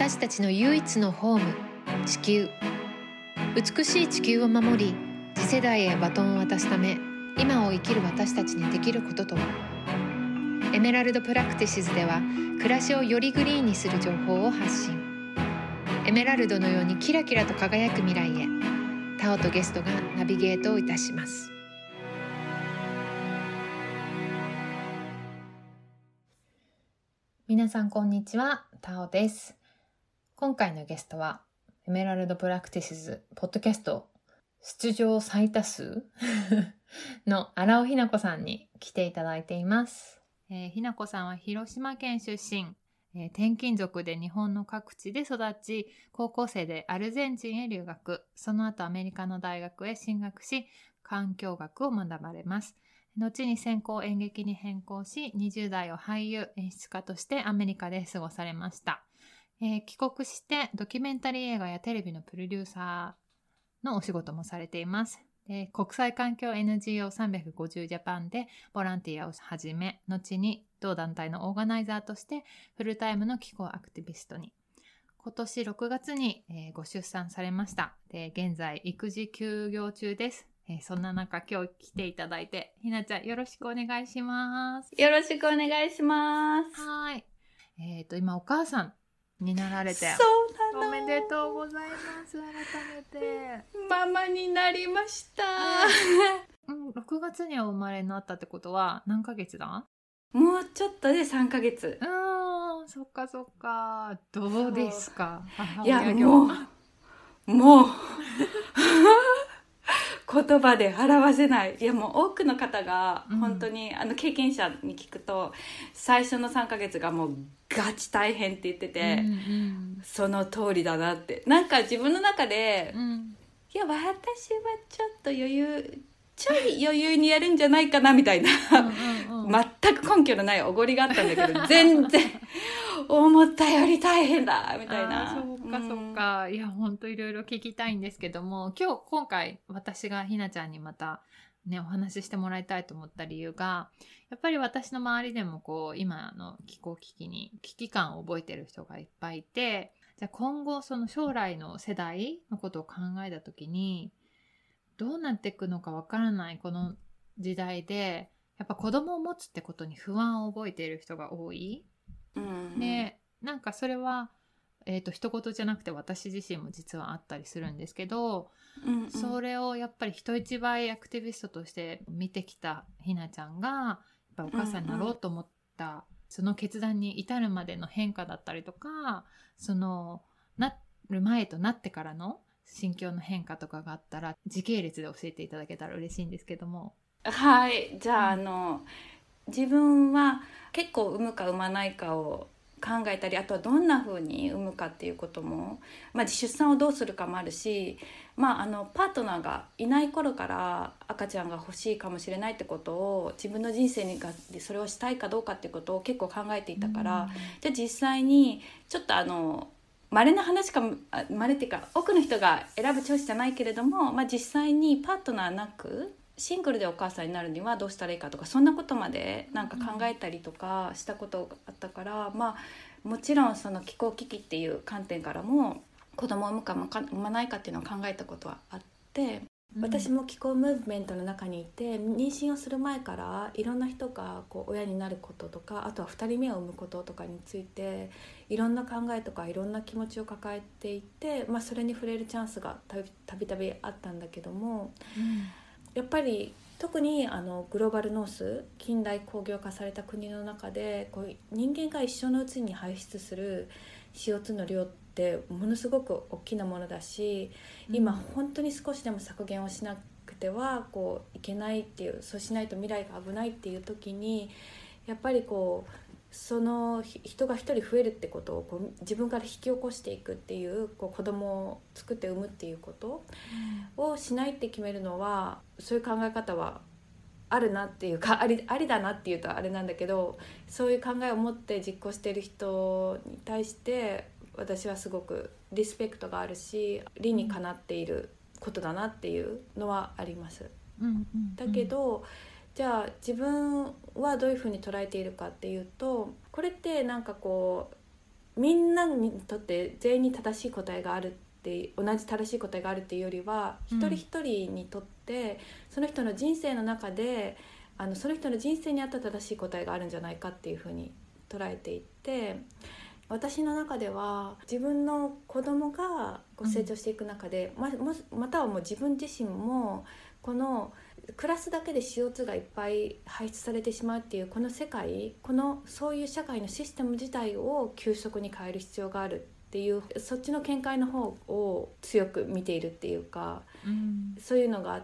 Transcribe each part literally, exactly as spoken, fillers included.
私たちの唯一のホーム、地球。美しい地球を守り、次世代へバトンを渡すため、今を生きる私たちにできることとは。エメラルドプラクティシズでは、暮らしをよりグリーンにする情報を発信。エメラルドのようにキラキラと輝く未来へ、タオとゲストがナビゲートをいたします。皆さんこんにちは、タオです。今回のゲストはエメラルドプラクティシズポッドキャスト出場最多数の荒尾ひな子さんに来ていただいています。えー、ひな子さんは広島県出身、えー、転勤族で日本の各地で育ち、高校生でアルゼンチンへ留学、その後アメリカの大学へ進学し、環境学を学ばれます。後に専攻演劇に変更し、にじゅう代を俳優演出家としてアメリカで過ごされました。えー、帰国してドキュメンタリー映画やテレビのプロデューサーのお仕事もされています。で、国際環境 エヌジーオーさんびゃくごじゅうジャパンでボランティアを始め、後に同団体のオーガナイザーとしてフルタイムの気候アクティビストに。今年ろくがつに、えー、ご出産されました。で、現在育児休業中です。えー、そんな中今日来ていただいて、ひなちゃんよろしくお願いします。 よろしくお願いします。 はい。えっと、今お母さんになられて、 そうなの。 おめでとうございます。改めてママになりました、 うん、ろくがつには生まれになったってことは何ヶ月だ？ もうちょっとでさんかげつ。 うーん、そっかそっか。どうですか？ いやもうもう言葉で表せない。いやもう多くの方が本当に、うん、あの経験者に聞くと最初のさんかげつがもうガチ大変って言ってて、うんうん、その通りだなって。なんか自分の中で、うん、いや私はちょっと余裕ちょい余裕にやるんじゃないかなみたいなうんうん、うん、全く根拠のないおごりがあったんだけど全然思ったより大変だみたいな。 そうかそうか、うん、いや本当いろいろ聞きたいんですけども、今日今回私がひなちゃんにまたねお話ししてもらいたいと思った理由が、やっぱり私の周りでもこう今の気候危機に危機感を覚えてる人がいっぱいいて、じゃあ今後その将来の世代のことを考えた時にどうなっていくのかわからないこの時代で、やっぱ子供を持つってことに不安を覚えている人が多い、うん、でなんかそれは、えーと、一言じゃなくて私自身も実はあったりするんですけど、うんうん、それをやっぱり人一倍アクティビストとして見てきたひなちゃんがやっぱお母さんになろうと思った、うんうん、その決断に至るまでの変化だったりとか、そのなる前となってからの心境の変化とかがあったら時系列で教えていただけたら嬉しいんですけども。 はい、じゃあ、うん、あの自分は結構産むか産まないかを考えたり、あとはどんな風に産むかっていうことも、まあ、出産をどうするかもあるし、まあ、あのパートナーがいない頃から赤ちゃんが欲しいかもしれないってことを自分の人生にそれをしたいかどうかっていうことを結構考えていたから、うん、じゃあ実際にちょっとあの稀な話かも、稀っていうか多くの人が選ぶチョイスじゃないけれども、まあ、実際にパートナーなくシングルでお母さんになるにはどうしたらいいかとか、そんなことまでなんか考えたりとかしたことがあったから、うん、まあもちろんその気候危機っていう観点からも子供を産むか産まないかっていうのを考えたことはあって、うん、私も気候ムーブメントの中にいて、妊娠をする前からいろんな人がこう親になることとか、あとはふたりめを産むこととかについていろんな考えとかいろんな気持ちを抱えていて、まあ、それに触れるチャンスがたびたびあったんだけども、うん、やっぱり特にあのグローバルノース、近代工業化された国の中でこう人間が一生のうちに排出する シーオーツー の量ってものすごく大きなものだし、今本当に少しでも削減をしなくてはこういけないっていう、そうしないと未来が危ないっていう時に、やっぱりこうその人が一人増えるってことをこう自分から引き起こしていくっていう、こう子供を作って産むっていうことをしないって決めるのは、そういう考え方はあるなっていうか、あり、ありだなっていうとあれなんだけど、そういう考えを持って実行している人に対して私はすごくリスペクトがあるし、理にかなっていることだなっていうのはあります、うんうんうん、だけどじゃあ自分はどういうふうに捉えているかっていうと、これってなんかこうみんなにとって全員に正しい答えがあるって同じ正しい答えがあるっていうよりは、うん、一人一人にとってその人の人生の中であのその人の人生に合った正しい答えがあるんじゃないかっていうふうに捉えていて、私の中では自分の子供がこう成長していく中で、うん、ま, またはもう自分自身もこの暮らすだけで シーオーツー がいっぱい排出されてしまうっていうこの世界、このそういう社会のシステム自体を急速に変える必要があるっていう、そっちの見解の方を強く見ているっていうか、うん、そういうのがあって、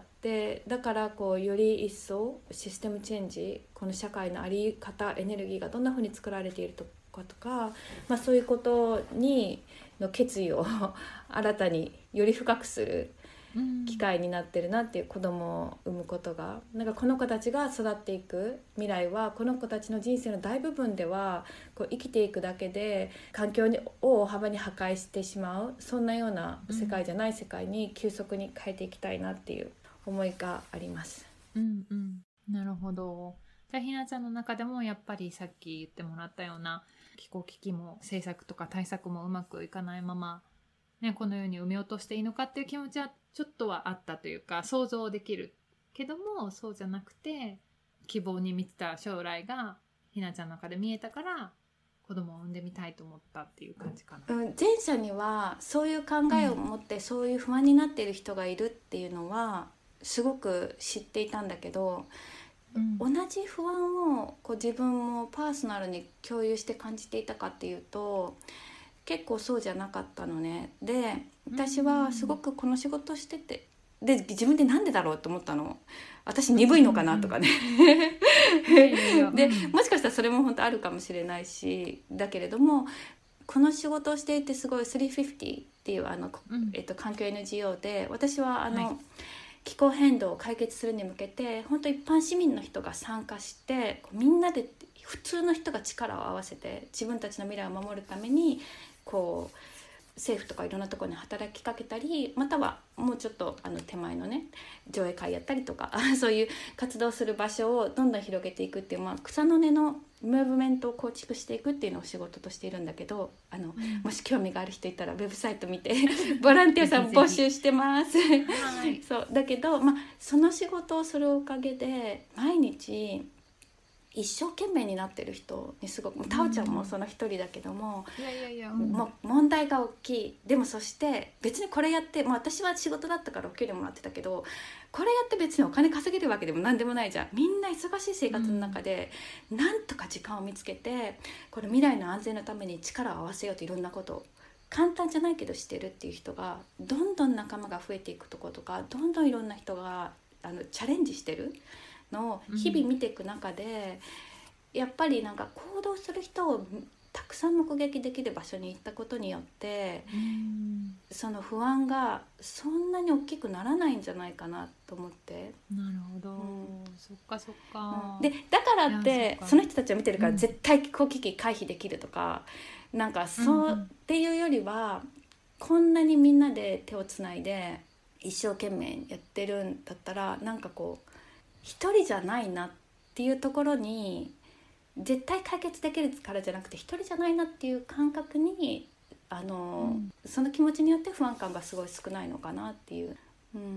だからこうより一層システムチェンジ、この社会の在り方、エネルギーがどんな風に作られているとかとか、まあ、そういうことにの決意を新たにより深くする機会になってるなっていう、子供を産むことが、なんかこの子たちが育っていく未来はこの子たちの人生の大部分ではこう生きていくだけで環境を大幅に破壊してしまう、そんなような世界じゃない世界に急速に変えていきたいなっていう思いがあります。 うんうん、なるほど。じゃあひなちゃんの中でもやっぱりさっき言ってもらったような気候危機も政策とか対策もうまくいかないまま、ね、このように埋め落としていいのかっていう気持ちはちょっとはあったというか、想像できるけどもそうじゃなくて希望に満ちた将来がひなちゃんの中で見えたから子供を産んでみたいと思ったっていう感じかな。 うん、前者にはそういう考えを持ってそういう不安になっている人がいるっていうのはすごく知っていたんだけど、うん、同じ不安をこう自分もパーソナルに共有して感じていたかっていうと結構そうじゃなかったのね。で、私はすごくこの仕事してて、で自分でなんでだろうと思ったの。私鈍いのかなとかねでもしかしたらそれも本当あるかもしれないし、だけれどもこの仕事をしていてすごいスリーフィフティっていうあの、うんえっと、環境 エヌジーオー で、私はあの、はい、気候変動を解決するに向けて本当一般市民の人が参加してみんなで普通の人が力を合わせて自分たちの未来を守るためにこう政府とかいろんなところに働きかけたり、またはもうちょっとあの手前のね上映会やったりとかそういう活動する場所をどんどん広げていくっていう、まあ、草の根のムーブメントを構築していくっていうのを仕事としているんだけど、あの、うん、もし興味がある人いたらウェブサイト見てボランティアさん募集してますはい、そうだけど、まあ、その仕事をするおかげで毎日一生懸命になってる人にすごく、タオちゃんもその一人だけども、 いやいやいや、うん、 もう問題が大きい。でもそして別にこれやって、まあ、私は仕事だったからお給料もらってたけど、これやって別にお金稼げるわけでも何でもないじゃん。みんな忙しい生活の中で、うん、なんとか時間を見つけてこれ未来の安全のために力を合わせようといろんなことを簡単じゃないけどしてるっていう人がどんどん仲間が増えていくところとか、どんどんいろんな人があのチャレンジしてるのを日々見ていく中で、うん、やっぱりなんか行動する人をたくさん目撃できる場所に行ったことによって、うん、その不安がそんなに大きくならないんじゃないかなと思って。 なるほど、うん、そっかそっか、 うん、でだからってその人たちを見てるから絶対気候危機回避できるとか、うん、なんかそうっていうよりは、こんなにみんなで手をつないで一生懸命やってるんだったら、なんかこう一人じゃないなっていうところに、絶対解決できるからじゃなくて一人じゃないなっていう感覚にあの、うん、その気持ちによって不安感がすごい少ないのかなっていう、うんうん、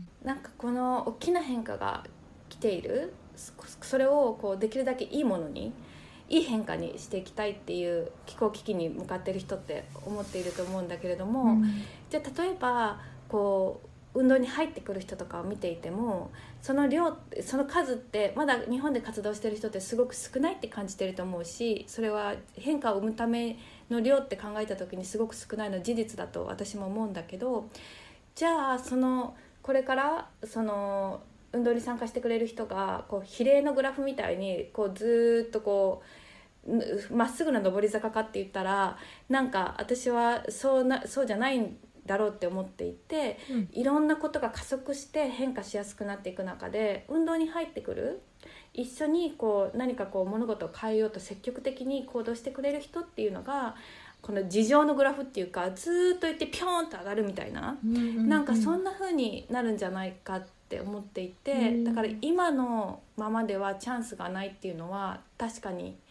なんかこの大きな変化が来ている、それをこうできるだけいいものにいい変化にしていきたいっていう気候危機に向かっている人って思っていると思うんだけれども、うん、じゃあ例えばこう運動に入ってくる人とかを見ていても、その量その数ってまだ日本で活動してる人ってすごく少ないって感じてると思うし、それは変化を生むための量って考えた時にすごく少ないのは事実だと私も思うんだけど、じゃあそのこれからその運動に参加してくれる人がこう比例のグラフみたいにこうずっとこうまっすぐな上り坂かって言ったら、なんか私はそうなそうじゃないんだろうって思っていて、うん、いろんなことが加速して変化しやすくなっていく中で、運動に入ってくる、一緒にこう何かこう物事を変えようと積極的に行動してくれる人っていうのが、この事情のグラフっていうかずっといってピョーンと上がるみたいな、うんうんうん、なんかそんな風になるんじゃないかって思っていて、だから今のままではチャンスがないっていうのは確かに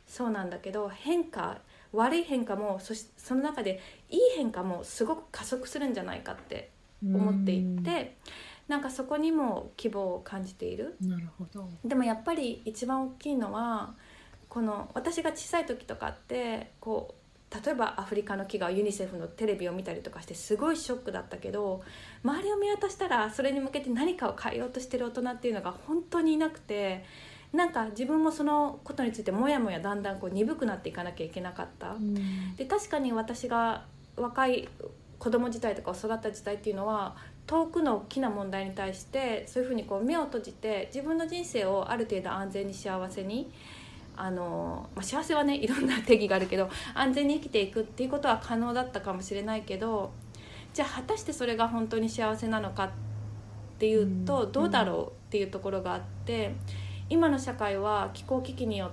そうなんだけど、変化、悪い変化も そ, しその中でいい変化もすごく加速するんじゃないかって思っていて、なんかそこにも希望を感じている。 なるほど。 でもやっぱり一番大きいのは、この私が小さい時とかってこう例えばアフリカの飢餓、ユニセフのテレビを見たりとかしてすごいショックだったけど、周りを見渡したらそれに向けて何かを変えようとしてる大人っていうのが本当にいなくて、なんか自分もそのことについてもやもやだんだんこう鈍くなっていかなきゃいけなかった、うん、で確かに私が若い子供時代とかを育った時代っていうのは、遠くの大きな問題に対してそういうふうにこう目を閉じて自分の人生をある程度安全に幸せに、あの、まあ、幸せはねいろんな定義があるけど、安全に生きていくっていうことは可能だったかもしれないけど、じゃあ果たしてそれが本当に幸せなのかっていうと、どうだろうっていうところがあって、今の社会は気候危機によって、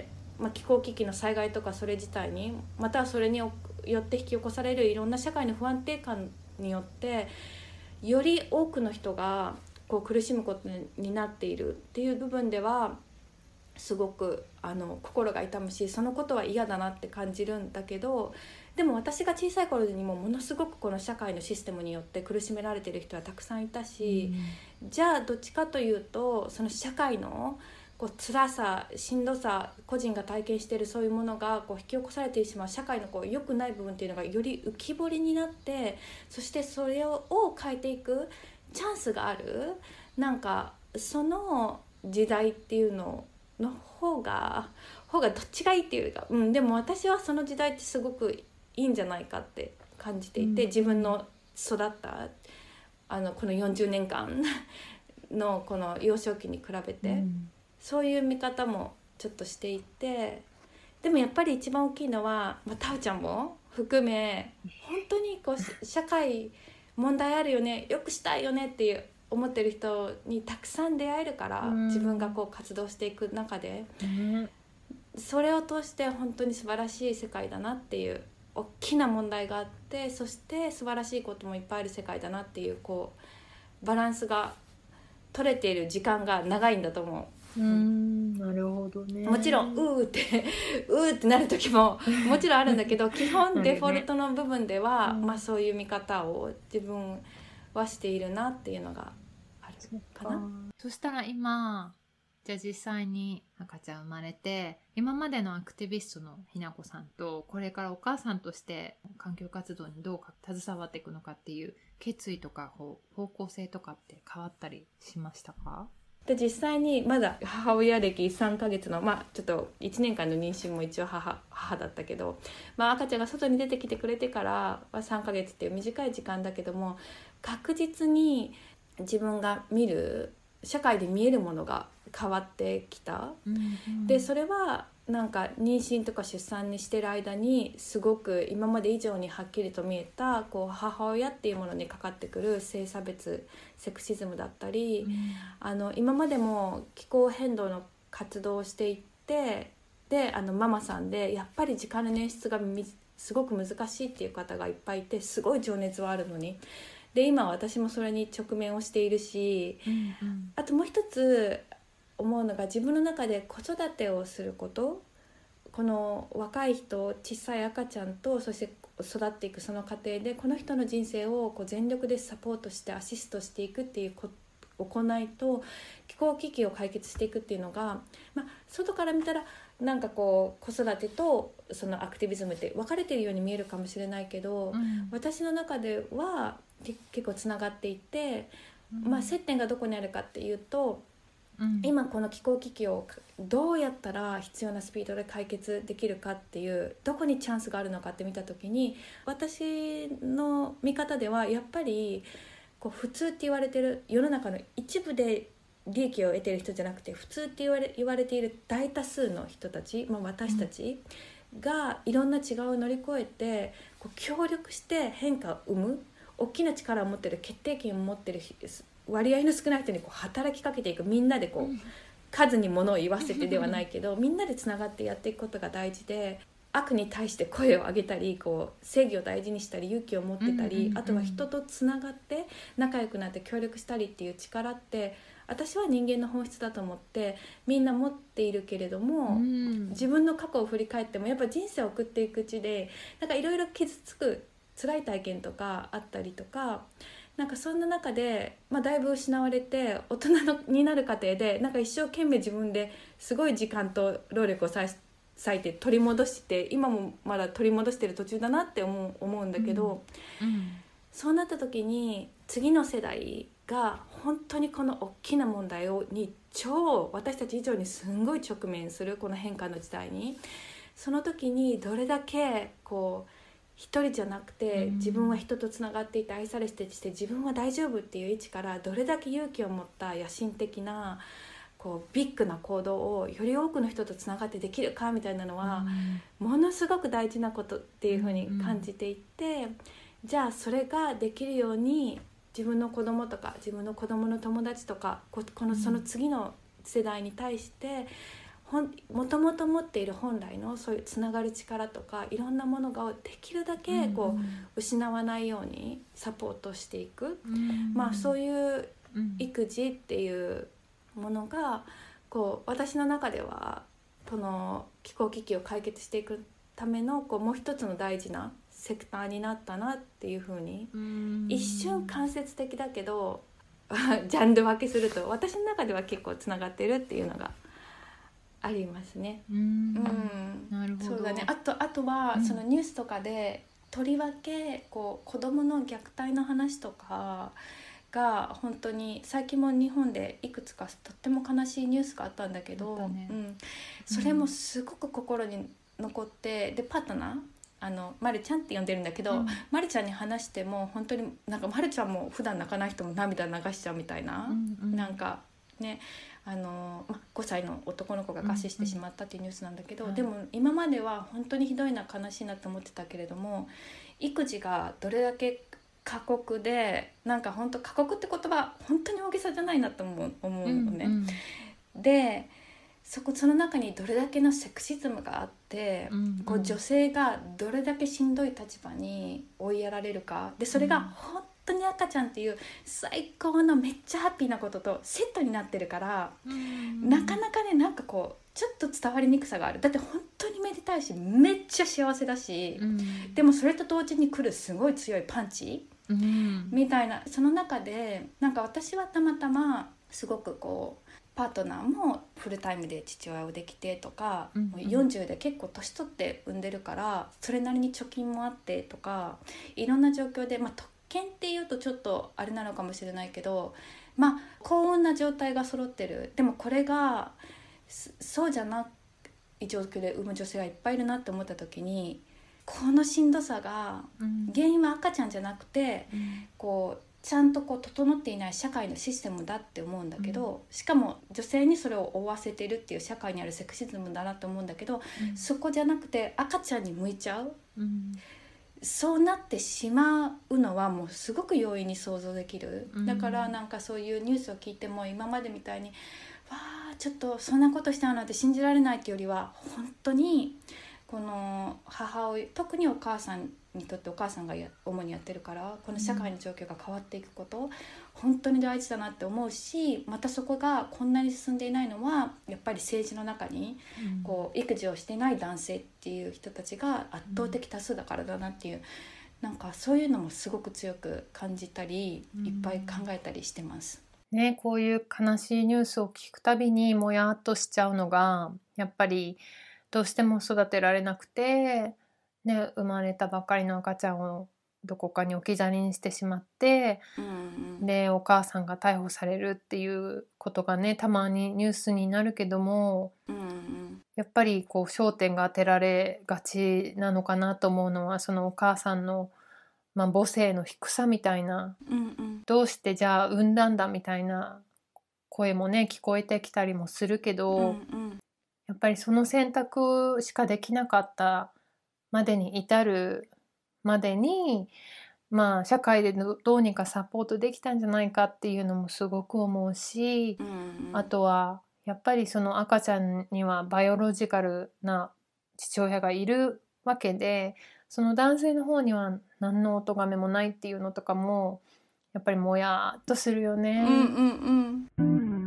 まあ、気候危機の災害とかそれ自体に、またはそれによって引き起こされるいろんな社会の不安定感によって、より多くの人がこう苦しむことになっているっていう部分ではすごくあの心が痛むし、そのことは嫌だなって感じるんだけど、でも私が小さい頃にもものすごくこの社会のシステムによって苦しめられている人はたくさんいたし、うん、じゃあどっちかというとその社会のこう辛さ、しんどさ、個人が体験しているそういうものがこう引き起こされてしまう社会のこう良くない部分っていうのがより浮き彫りになって、そしてそれを変えていくチャンスがある、なんかその時代っていうのの方が方がどっちがいいっていうか、うん、でも私はその時代ってすごくいいんじゃないかって感じていて、うん、自分の育ったあのこのよんじゅうねんかんのこの幼少期に比べて、うん、そういう見方もちょっとしていて、でもやっぱり一番大きいのは、まあ、タオちゃんも含め本当にこう社会問題あるよね、よくしたいよねっていう思ってる人にたくさん出会えるから、うん、自分がこう活動していく中で、うん、それを通して本当に素晴らしい世界だなっていう、大きな問題があって、そして素晴らしいこともいっぱいある世界だなっていう、こうバランスが取れている時間が長いんだと思う。 うーん、なるほどね。 もちろんうーってうーってなる時ももちろんあるんだけど基本デフォルトの部分では、ね、まあ、そういう見方を自分はしているなっていうのがあるかな。 そしたら今じゃあ実際に赤ちゃん生まれて、今までのアクティビストのひなこさんとこれからお母さんとして環境活動にどうか携わっていくのかっていう決意とか方向性とかって変わったりしましたか？ で実際にまだ母親歴さんかげつの、まあ、ちょっといちねんかんの妊娠も一応 母, 母だったけど、まあ、赤ちゃんが外に出てきてくれてからはさんかげつっていう短い時間だけども、確実に自分が見る社会で見えるものが変わってきた、うんうん、でそれはなんか妊娠とか出産にしてる間にすごく今まで以上にはっきりと見えたこう母親っていうものにかかってくる性差別、セクシズムだったり、うん、あの今までも気候変動の活動をしていってであのママさんでやっぱり時間の捻出がすごく難しいっていう方がいっぱいいて、すごい情熱はあるのに、で今私もそれに直面をしているし、うんうん、あともう一つ思うのが自分の中で子育てをすること、この若い人、小さい赤ちゃんとそして育っていくその過程でこの人の人生をこう全力でサポートしてアシストしていくっていう行いと気候危機を解決していくっていうのが、まあ、外から見たらなんかこう子育てとそのアクティビズムって分かれているように見えるかもしれないけど、うん、私の中では結構つながっていて、うん、まあ、接点がどこにあるかっていうと、うん、今この気候危機をどうやったら必要なスピードで解決できるかっていう、どこにチャンスがあるのかって見た時に、私の見方ではやっぱりこう普通って言われてる世の中の一部で利益を得ている人じゃなくて、普通って言われ、言われている大多数の人たち、まあ、私たちがいろんな違いを乗り越えてこう協力して変化を生む、大きな力を持っている、決定権を持っている割合の少ない人にこう働きかけていく、みんなでこう数に物を言わせてではないけどみんなでつながってやっていくことが大事で、悪に対して声を上げたり、こう正義を大事にしたり勇気を持ってたり、うんうんうん、あとは人とつながって仲良くなって協力したりっていう力って私は人間の本質だと思ってみんな持っているけれども、 うん、 自分の過去を振り返ってもやっぱ人生を送っていくうちでなんかいろいろ傷つく辛い体験とかあったりとか、なんかそんな中で、まあ、だいぶ失われて大人のになる過程でなんか一生懸命自分ですごい時間と労力を割いて取り戻して今もまだ取り戻してる途中だなって思う、思うんだけど、 うん、 そうなった時に次の世代が本当にこの大きな問題をに超私たち以上にすんごい直面するこの変化の時代に、その時にどれだけこう一人じゃなくて自分は人とつながっていて愛されてして自分は大丈夫っていう位置からどれだけ勇気を持った野心的なこうビッグな行動をより多くの人とつながってできるかみたいなのはものすごく大事なことっていうふうに感じていて、じゃあそれができるように自分の子供とか自分の子供の友達とか こ, このその次の世代に対してもともと持っている本来のそういうつながる力とかいろんなものができるだけこう失わないようにサポートしていく、まあ、そういう育児っていうものがこう私の中ではこの気候危機を解決していくためのこうもう一つの大事なセクターになったなっていう風に一瞬間接的だけどジャンル分けすると私の中では結構つながってるっていうのがありますね。 うん、うん、なるほど。 そうだね。あとあとは、うん、そのニュースとかでとりわけこう子どもの虐待の話とかが本当に最近も日本でいくつかとっても悲しいニュースがあったんだけど、ね、うん、それもすごく心に残って、うん、でパートナーあのまるちゃんって呼んでるんだけど、うん、まるちゃんに話しても本当になんかまるちゃんも普段泣かない人も涙流しちゃうみたいな、うんうん、なんかねあのごさいの男の子が餓死してしまったっていうニュースなんだけど、うんうん、でも今までは本当にひどいな悲しいなと思ってたけれども育児がどれだけ過酷でなんか本当過酷って言葉本当に大げさじゃないなと思う、思うのね、うんうん、でそこその中にどれだけのセクシズムがあって、うんうん、こう女性がどれだけしんどい立場に追いやられるかでそれが本当に赤ちゃんっていう最高のめっちゃハッピーなこととセットになってるから、うん、なかなかねなんかこうちょっと伝わりにくさがある。だって本当にめでたいしめっちゃ幸せだし、うん、でもそれと同時に来るすごい強いパンチ、うん、みたいなその中でなんか私はたまたますごくこうパートナーもフルタイムで父親をできてとか、うんうん、よんじゅうで結構年取って産んでるからそれなりに貯金もあってとかいろんな状況で、まあ、特権っていうとちょっとあれなのかもしれないけど、まあ幸運な状態が揃ってる。でもこれがそうじゃない状況で産む女性がいっぱいいるなって思った時にこのしんどさが原因は赤ちゃんじゃなくて、うん、こうちゃんとこう整っていない社会のシステムだって思うんだけど、うん、しかも女性にそれを負わせてるっていう社会にあるセクシズムだなと思うんだけど、うん、そこじゃなくて赤ちゃんに向いちゃう、うん、そうなってしまうのはもうすごく容易に想像できる、うん、だからなんかそういうニュースを聞いても今までみたいにわーちょっとそんなことしたなんて信じられないっていうよりは本当にこの母親特にお母さんにとってお母さんがや主にやってるからこの社会の状況が変わっていくこと、うん、本当に大事だなって思うしまたそこがこんなに進んでいないのはやっぱり政治の中にこう育児をしていない男性っていう人たちが圧倒的多数だからだなっていう、うん、なんかそういうのもすごく強く感じたり、うん、いっぱい考えたりしてますね。こういう悲しいニュースを聞くたびにもやっとしちゃうのがやっぱりどうしても育てられなくて、ね、生まれたばっかりの赤ちゃんをどこかに置き去りにしてしまって、うんうん、でお母さんが逮捕されるっていうことがねたまにニュースになるけども、うんうん、やっぱりこう焦点が当てられがちなのかなと思うのはそのお母さんの、まあ、母性の低さみたいな、うんうん、どうしてじゃあ産んだんだみたいな声もね聞こえてきたりもするけど、うんうん、やっぱりその選択しかできなかったまでに至るまでに、まあ社会でどうにかサポートできたんじゃないかっていうのもすごく思うし、うんうん、あとはやっぱりその赤ちゃんにはバイオロジカルな父親がいるわけで、その男性の方には何のお咎めもないっていうのとかもやっぱりもやっとするよね。 うんうんうん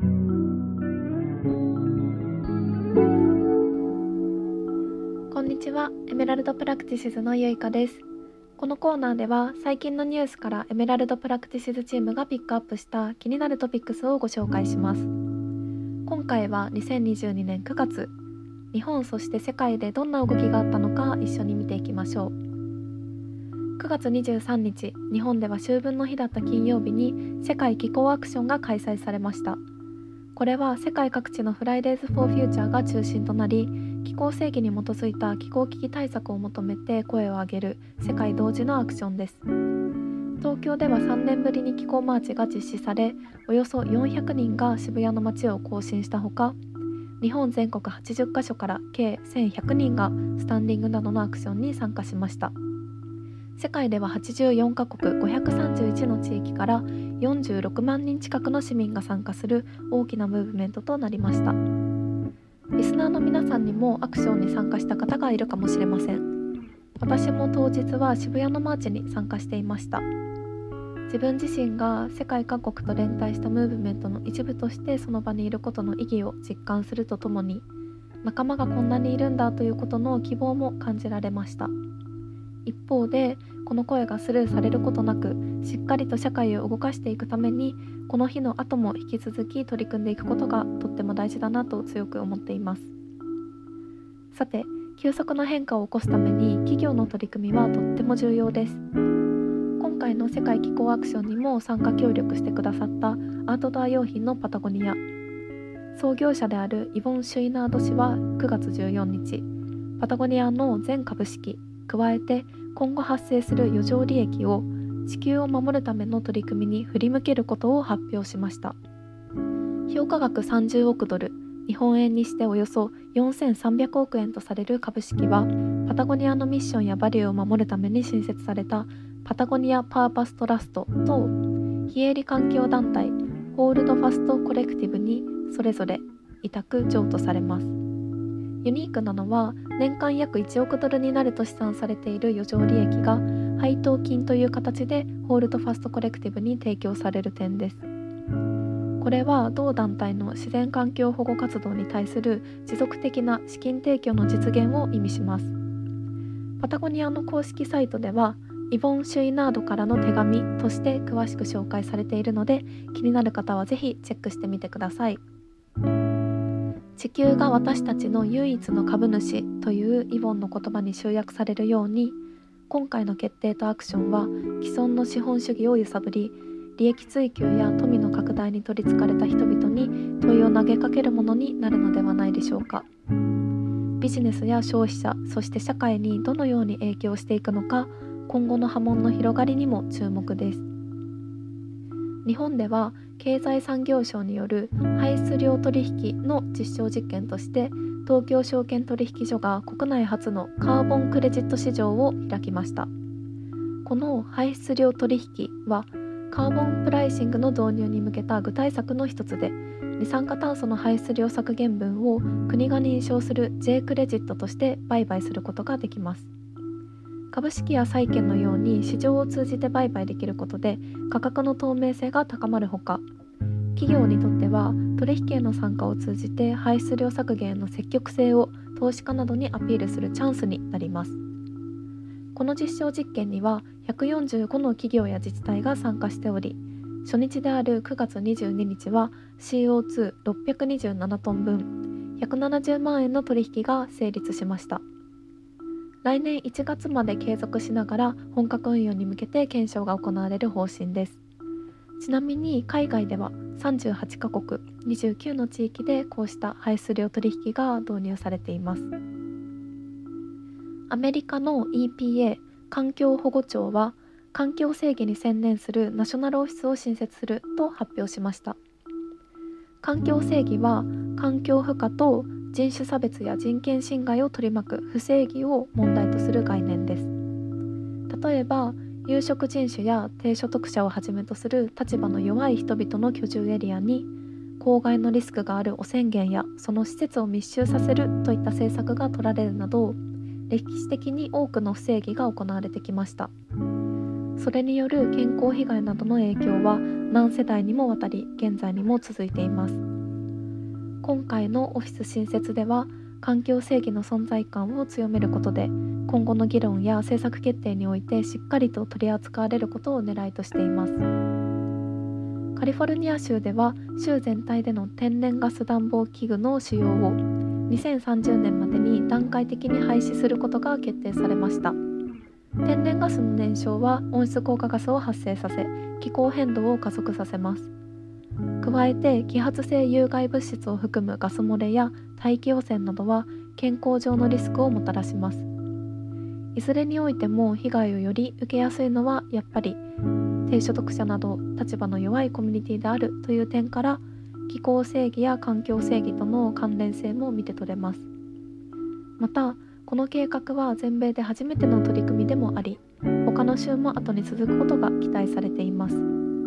メラルドプラクティシズのゆいかです。このコーナーでは最近のニュースからエメラルドプラクティシズチームがピックアップした気になるトピックスをご紹介します。今回はにせんにじゅうにねんくがつ、日本そして世界でどんな動きがあったのか一緒に見ていきましょう。くがつにじゅうさんにち、日本では秋分の日だった金曜日に世界気候アクションが開催されました。これは世界各地のフライデーズ・フォー・フューチャーが中心となり、気候正義に基づいた気候危機対策を求めて声を上げる世界同時のアクションです。東京ではさんねんぶりに気候マーチが実施され、およそよんひゃくにんが渋谷の街を行進したほか、日本全国はちじゅっかしょから計せんひゃくにんがスタンディングなどのアクションに参加しました。世界でははちじゅうよんかこくごひゃくさんじゅういちの地域からよんじゅうろくまんにん近くの市民が参加する大きなムーブメントとなりました。リスナーの皆さんにもアクションに参加した方がいるかもしれません。私も当日は渋谷のマーチに参加していました。自分自身が世界各国と連帯したムーブメントの一部としてその場にいることの意義を実感するとともに、仲間がこんなにいるんだということの希望も感じられました。一方で、この声がスルーされることなく、しっかりと社会を動かしていくために、この日の後も引き続き取り組んでいくことがとっても大事だなと強く思っています。さて、急速な変化を起こすために企業の取り組みはとっても重要です。今回の世界気候アクションにも参加協力してくださったアウトドア用品のパタゴニア。創業者であるイボン・シュイナード氏はくがつじゅうよっか、パタゴニアの全株式、加えて今後発生する余剰利益を地球を守るための取り組みに振り向けることを発表しました。評価額さんじゅうおくドル、日本円にしておよそよんせんさんびゃくおくえんとされる株式は、パタゴニアのミッションやバリューを守るために新設されたパタゴニアパーパストラストと非営利環境団体ホールドファストコレクティブにそれぞれ委託譲渡されます。ユニークなのは、年間約いちおくドルになると試算されている余剰利益が配当金という形でホールドファストコレクティブに提供される点です。これは同団体の自然環境保護活動に対する持続的な資金提供の実現を意味します。パタゴニアの公式サイトでは、イボン・シュイナードからの手紙として詳しく紹介されているので、気になる方はぜひチェックしてみてください。地球が私たちの唯一の株主というイボンの言葉に集約されるように、今回の決定とアクションは既存の資本主義を揺さぶり、利益追求や富の拡大に取りつかれた人々に問いを投げかけるものになるのではないでしょうか。ビジネスや消費者、そして社会にどのように影響していくのか、今後の波紋の広がりにも注目です。日本では経済産業省による排出量取引の実証実験として、東京証券取引所が国内初のカーボンクレジット市場を開きました。この排出量取引はカーボンプライシングの導入に向けた具体策の一つで、二酸化炭素の排出量削減分を国が認証する J クレジットとして売買することができます。株式や債券のように市場を通じて売買できることで価格の透明性が高まるほか、企業にとっては取引への参加を通じて排出量削減の積極性を投資家などにアピールするチャンスになります。この実証実験にはひゃくよんじゅうごの企業や自治体が参加しており、初日であるくがつにじゅうににちは シーオーツーろっぴゃくにじゅうななトンぶん、ひゃくななじゅうまんえんの取引が成立しました。来年いちがつまで継続しながら本格運用に向けて検証が行われる方針です。ちなみに海外ではさんじゅうはちかこくにじゅうきゅうの地域でこうした排出量取引が導入されています。アメリカの イーピーエー 環境保護庁は環境正義に専念するナショナルオフィスを新設すると発表しました。環境正義は環境負荷と人種差別や人権侵害を取り巻く不正義を問題とする概念です。例えば有色人種や低所得者をはじめとする立場の弱い人々の居住エリアに公害のリスクがある汚染源やその施設を密集させるといった政策が取られるなど、歴史的に多くの不正義が行われてきました。それによる健康被害などの影響は何世代にもわたり現在にも続いています。今回のオフィス新設では環境正義の存在感を強めることで、今後の議論や政策決定においてしっかりと取り扱われることを狙いとしています。カリフォルニア州では州全体での天然ガス暖房器具の使用をにせんさんじゅうねんまでに段階的に廃止することが決定されました。天然ガスの燃焼は温室効果ガスを発生させ、気候変動を加速させます。加えて揮発性有害物質を含むガス漏れや大気汚染などは健康上のリスクをもたらします。いずれにおいても被害をより受けやすいのはやっぱり低所得者など立場の弱いコミュニティであるという点から、気候正義や環境正義との関連性も見て取れます。またこの計画は全米で初めての取り組みでもあり、他の州も後に続くことが期待されています。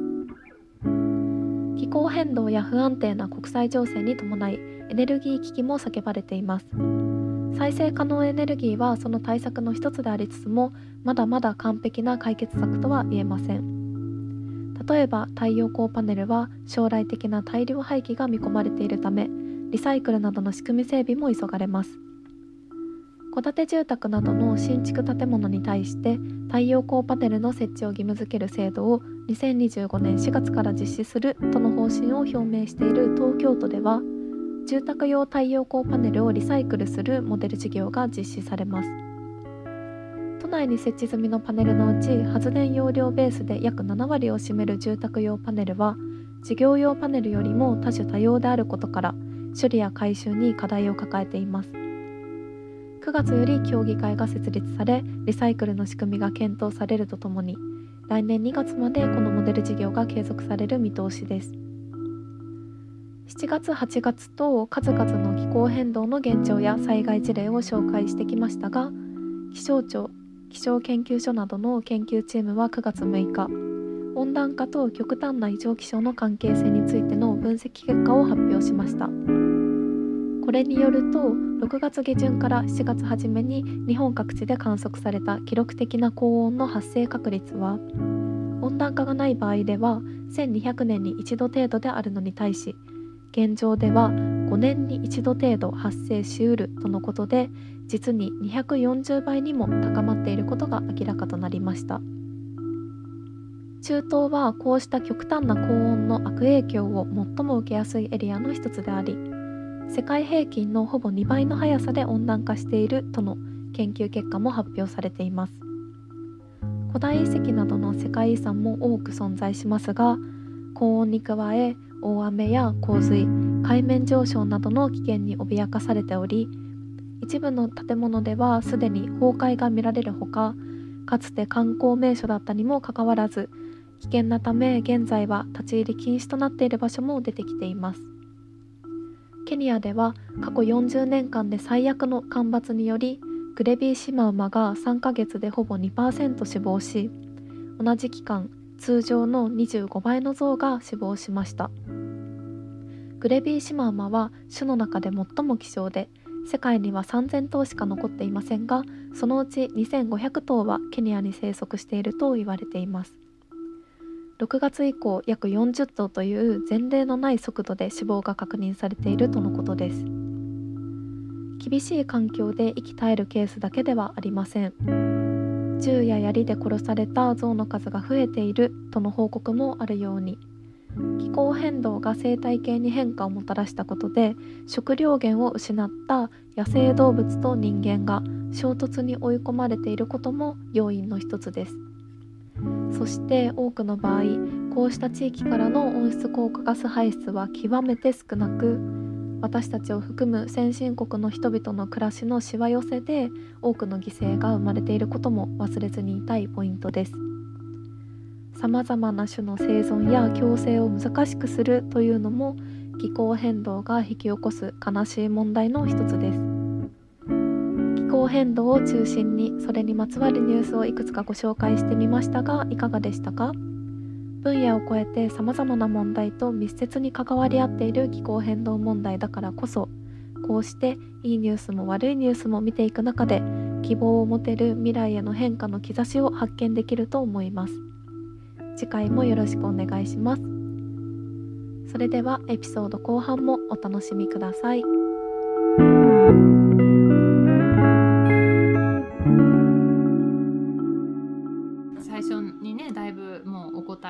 気候変動や不安定な国際情勢に伴い、エネルギー危機も叫ばれています。再生可能エネルギーはその対策の一つでありつつも、まだまだ完璧な解決策とは言えません。例えば太陽光パネルは将来的な大量廃棄が見込まれているため、リサイクルなどの仕組み整備も急がれます。戸建て住宅などの新築建物に対して太陽光パネルの設置を義務付ける制度をにせんにじゅうごねんしがつから実施するとの方針を表明している東京都では、住宅用太陽光パネルをリサイクルするモデル事業が実施されます。都内に設置済みのパネルのうち、発電容量ベースで約ななわりを占める住宅用パネルは事業用パネルよりも多種多様であることから、処理や回収に課題を抱えています。くがつより協議会が設立され、リサイクルの仕組みが検討されるとともに、来年にがつまでこのモデル事業が継続される見通しです。しちがつはちがつと数々の気候変動の現状や災害事例を紹介してきましたが、気象庁、気象研究所などの研究チームはくがつむいか、温暖化と極端な異常気象の関係性についての分析結果を発表しました。これによると、ろくがつげじゅんからしちがつ初めに日本各地で観測された記録的な高温の発生確率は、温暖化がない場合ではせんにひゃくねんに一度程度であるのに対し、現状ではごねんに一度程度発生しうるとのことで、実ににひゃくよんじゅうばいにも高まっていることが明らかとなりました。中東はこうした極端な高温の悪影響を最も受けやすいエリアの一つであり、世界平均のほぼにばいの速さで温暖化しているとの研究結果も発表されています。古代遺跡などの世界遺産も多く存在しますが、高温に加え大雨や洪水、海面上昇などの危険に脅かされており、一部の建物ではすでに崩壊が見られるほか、かつて観光名所だったにもかかわらず、危険なため現在は立ち入り禁止となっている場所も出てきています。ケニアでは過去よんじゅうねんかんで最悪の干ばつにより、グレビーシマウマがさんかげつでほぼ にパーセント 死亡し、同じ期間通常のにじゅうごばいの象が死亡しました。グレビーシマウマは種の中で最も希少で、世界にはさんぜんとうしか残っていませんが、そのうちにせんごひゃくとうはケニアに生息していると言われています。ろくがつ以降、約よんじゅっとうという前例のない速度で死亡が確認されているとのことです。厳しい環境で息絶えるケースだけではありません。銃や槍で殺された象の数が増えているとの報告もあるように、気候変動が生態系に変化をもたらしたことで、食料源を失った野生動物と人間が衝突に追い込まれていることも要因の一つです。そして多くの場合、こうした地域からの温室効果ガス排出は極めて少なく、私たちを含む先進国の人々の暮らしのしわ寄せで多くの犠牲が生まれていることも忘れずにいたいポイントです。さまざまな種の生存や共生を難しくするというのも気候変動が引き起こす悲しい問題の一つです。気候変動を中心にそれにまつわるニュースをいくつかご紹介してみましたが、いかがでしたか？分野を超えてさまざまな問題と密接に関わり合っている気候変動問題だからこそ、こうしていいニュースも悪いニュースも見ていく中で、希望を持てる未来への変化の兆しを発見できると思います。次回もよろしくお願いします。それではエピソード後半もお楽しみください。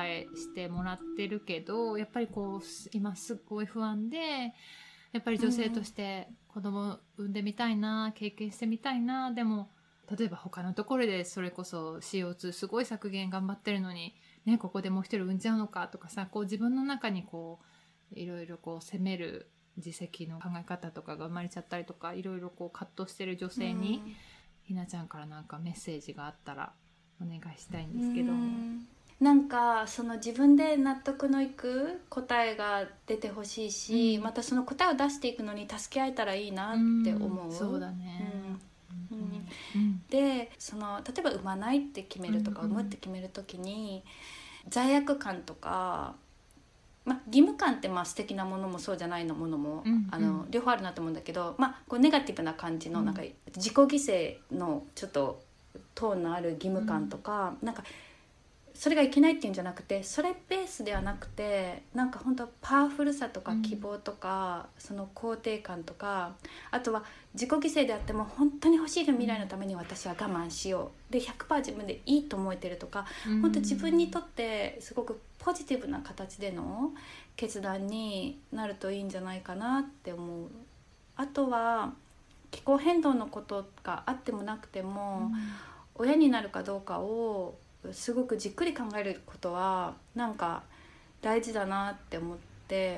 えしてもらってるけど、やっぱりこう今すっごい不安で、やっぱり女性として子供産んでみたいな、経験してみたいな、でも例えば他のところでそれこそ シーオーツー すごい削減頑張ってるのに、ね、ここでもう一人産んじゃうのかとかさ、こう自分の中にこういろいろこう責める自責の考え方とかが生まれちゃったりとか、いろいろこう葛藤してる女性に、ひなちゃんからなんかメッセージがあったらお願いしたいんですけど。 うんなんかその自分で納得のいく答えが出てほしいし、うん、またその答えを出していくのに助け合えたらいいなって思う、 うん、そうだね、 うんうん、でその例えば産まないって決めるとか、うん、産むって決めるときに罪悪感とか、まあ、義務感ってまあ素敵なものもそうじゃないのものも、うんうん、あの両方あるなと思うんだけど、まあ、こうネガティブな感じのなんか自己犠牲のちょっとトーンのある義務感とか、うん、なんかそれがいけないっていうんじゃなくて、それベースではなくて、なんか本当パワフルさとか希望とか、うん、その肯定感とか、あとは自己犠牲であっても本当に欲しい未来のために私は我慢しようで ひゃくパーセント 自分でいいと思えてるとか、うん、本当自分にとってすごくポジティブな形での決断になるといいんじゃないかなって思う。あとは気候変動のことがあってもなくても、うん、親になるかどうかをすごくじっくり考えることはなんか大事だなって思って、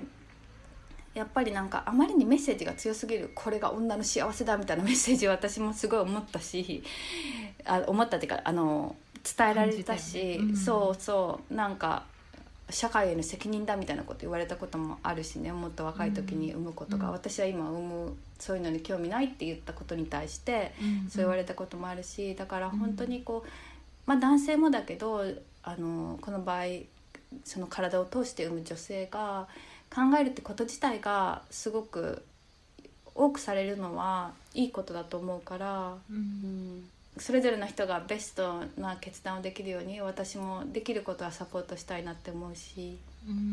やっぱりなんかあまりにメッセージが強すぎる、これが女の幸せだみたいなメッセージを私もすごい思ったし、あ思ったっていうかあの伝えられたし、ねうん、そうそうなんか社会への責任だみたいなこと言われたこともあるしね、もっと若い時に産むことが、うん、私は今産むそういうのに興味ないって言ったことに対してそう言われたこともあるし、だから本当にこう、まあ、男性もだけどあのこの場合その体を通して産む女性が考えるってこと自体がすごく多くされるのはいいことだと思うから、うんうん、それぞれの人がベストな決断をできるように私もできることはサポートしたいなって思うし、うんうん、